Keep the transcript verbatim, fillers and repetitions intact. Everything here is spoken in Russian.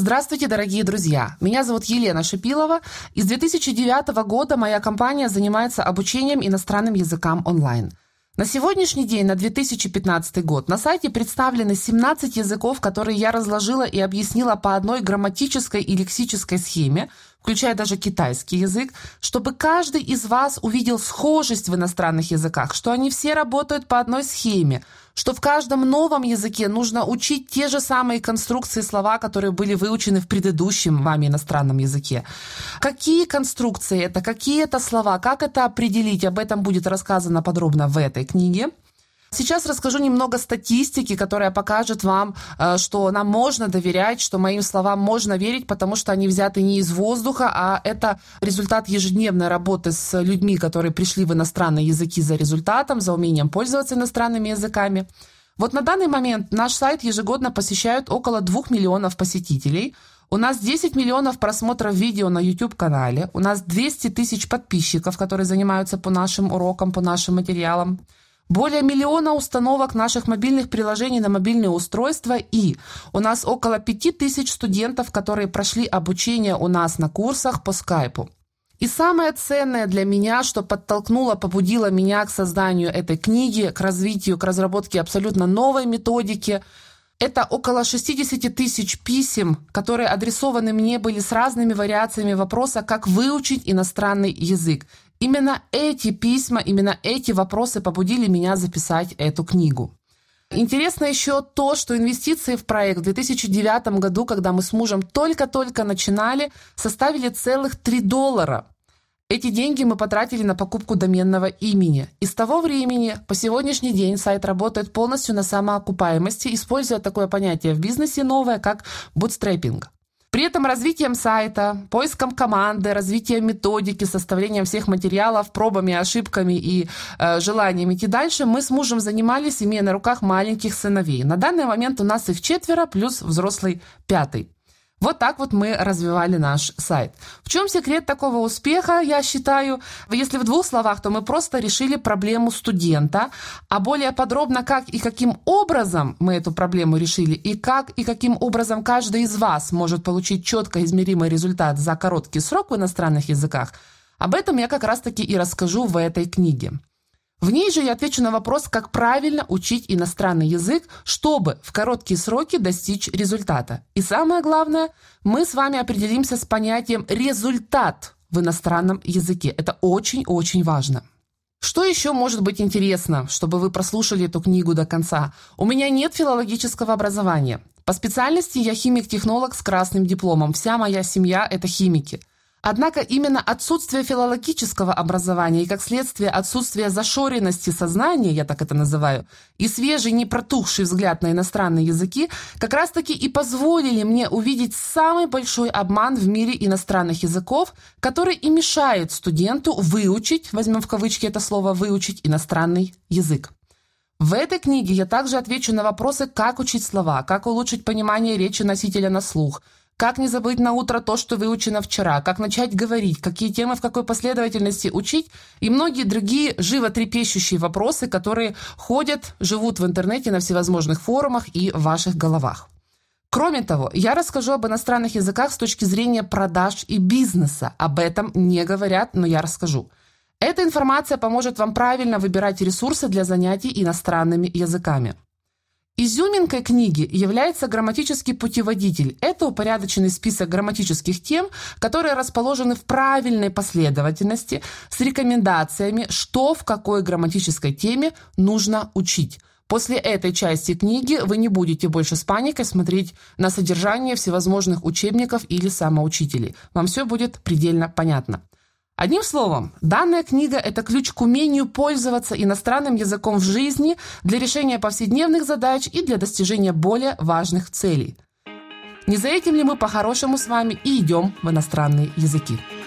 Здравствуйте, дорогие друзья! Меня зовут Елена Шипилова, и с две тысячи девятого года моя компания занимается обучением иностранным языкам онлайн. На сегодняшний день, на две тысячи пятнадцатый год, на сайте представлены семнадцать языков, которые я разложила и объяснила по одной грамматической и лексической схеме, включая даже китайский язык, чтобы каждый из вас увидел схожесть в иностранных языках, что они все работают по одной схеме, что в каждом новом языке нужно учить те же самые конструкции слова, которые были выучены в предыдущем вами иностранном языке. Какие конструкции это, какие это слова, как это определить, об этом будет рассказано подробно в этой книге. Сейчас расскажу немного статистики, которая покажет вам, что нам можно доверять, что моим словам можно верить, потому что они взяты не из воздуха, а это результат ежедневной работы с людьми, которые пришли в иностранные языки за результатом, за умением пользоваться иностранными языками. Вот на данный момент наш сайт ежегодно посещают около двух миллионов посетителей. У нас десять миллионов просмотров видео на YouTube-канале. У нас двести тысяч подписчиков, которые занимаются по нашим урокам, по нашим материалам. Более миллиона установок наших мобильных приложений на мобильные устройства, и у нас около пяти тысяч студентов, которые прошли обучение у нас на курсах по скайпу. И самое ценное для меня, что подтолкнуло, побудило меня к созданию этой книги, к развитию, к разработке абсолютно новой методики, это около шестьдесят тысяч писем, которые адресованы мне были с разными вариациями вопроса, как выучить иностранный язык. Именно эти письма, именно эти вопросы побудили меня записать эту книгу. Интересно еще то, что инвестиции в проект в две тысячи девятом году, когда мы с мужем только-только начинали, составили целых три доллара. Эти деньги мы потратили на покупку доменного имени. И с того времени по сегодняшний день сайт работает полностью на самоокупаемости, используя такое понятие в бизнесе новое, как бутстрепинг. При этом развитием сайта, поиском команды, развитием методики, составлением всех материалов, пробами, ошибками и э, желанием идти дальше мы с мужем занимались, имея на руках маленьких сыновей. На данный момент у нас их четверо, плюс взрослый пятый. Вот так вот мы развивали наш сайт. В чем секрет такого успеха, я считаю? Если в двух словах, то мы просто решили проблему студента, а более подробно, как и каким образом мы эту проблему решили, и как и каким образом каждый из вас может получить четко измеримый результат за короткий срок в иностранных языках, об этом я как раз-таки и расскажу в этой книге. В ней же я отвечу на вопрос, как правильно учить иностранный язык, чтобы в короткие сроки достичь результата. И самое главное, мы с вами определимся с понятием «результат» в иностранном языке. Это очень-очень важно. Что еще может быть интересно, чтобы вы прослушали эту книгу до конца? У меня нет филологического образования. По специальности я химик-технолог с красным дипломом. Вся моя семья – это химики. Однако именно отсутствие филологического образования и, как следствие, отсутствие зашоренности сознания, я так это называю, и свежий, не протухший взгляд на иностранные языки как раз-таки и позволили мне увидеть самый большой обман в мире иностранных языков, который и мешает студенту выучить, возьмем в кавычки это слово, выучить иностранный язык. В этой книге я также отвечу на вопросы, как учить слова, как улучшить понимание речи носителя на слух, как не забыть на утро то, что выучено вчера, как начать говорить, какие темы в какой последовательности учить и многие другие животрепещущие вопросы, которые ходят, живут в интернете на всевозможных форумах и в ваших головах. Кроме того, я расскажу об иностранных языках с точки зрения продаж и бизнеса. Об этом не говорят, но я расскажу. Эта информация поможет вам правильно выбирать ресурсы для занятий иностранными языками. Изюминкой книги является грамматический путеводитель. Это упорядоченный список грамматических тем, которые расположены в правильной последовательности с рекомендациями, что в какой грамматической теме нужно учить. После этой части книги вы не будете больше с паникой смотреть на содержание всевозможных учебников или самоучителей. Вам все будет предельно понятно. Одним словом, данная книга – это ключ к умению пользоваться иностранным языком в жизни для решения повседневных задач и для достижения более важных целей. Не за этим ли мы по-хорошему с вами и идем в иностранные языки?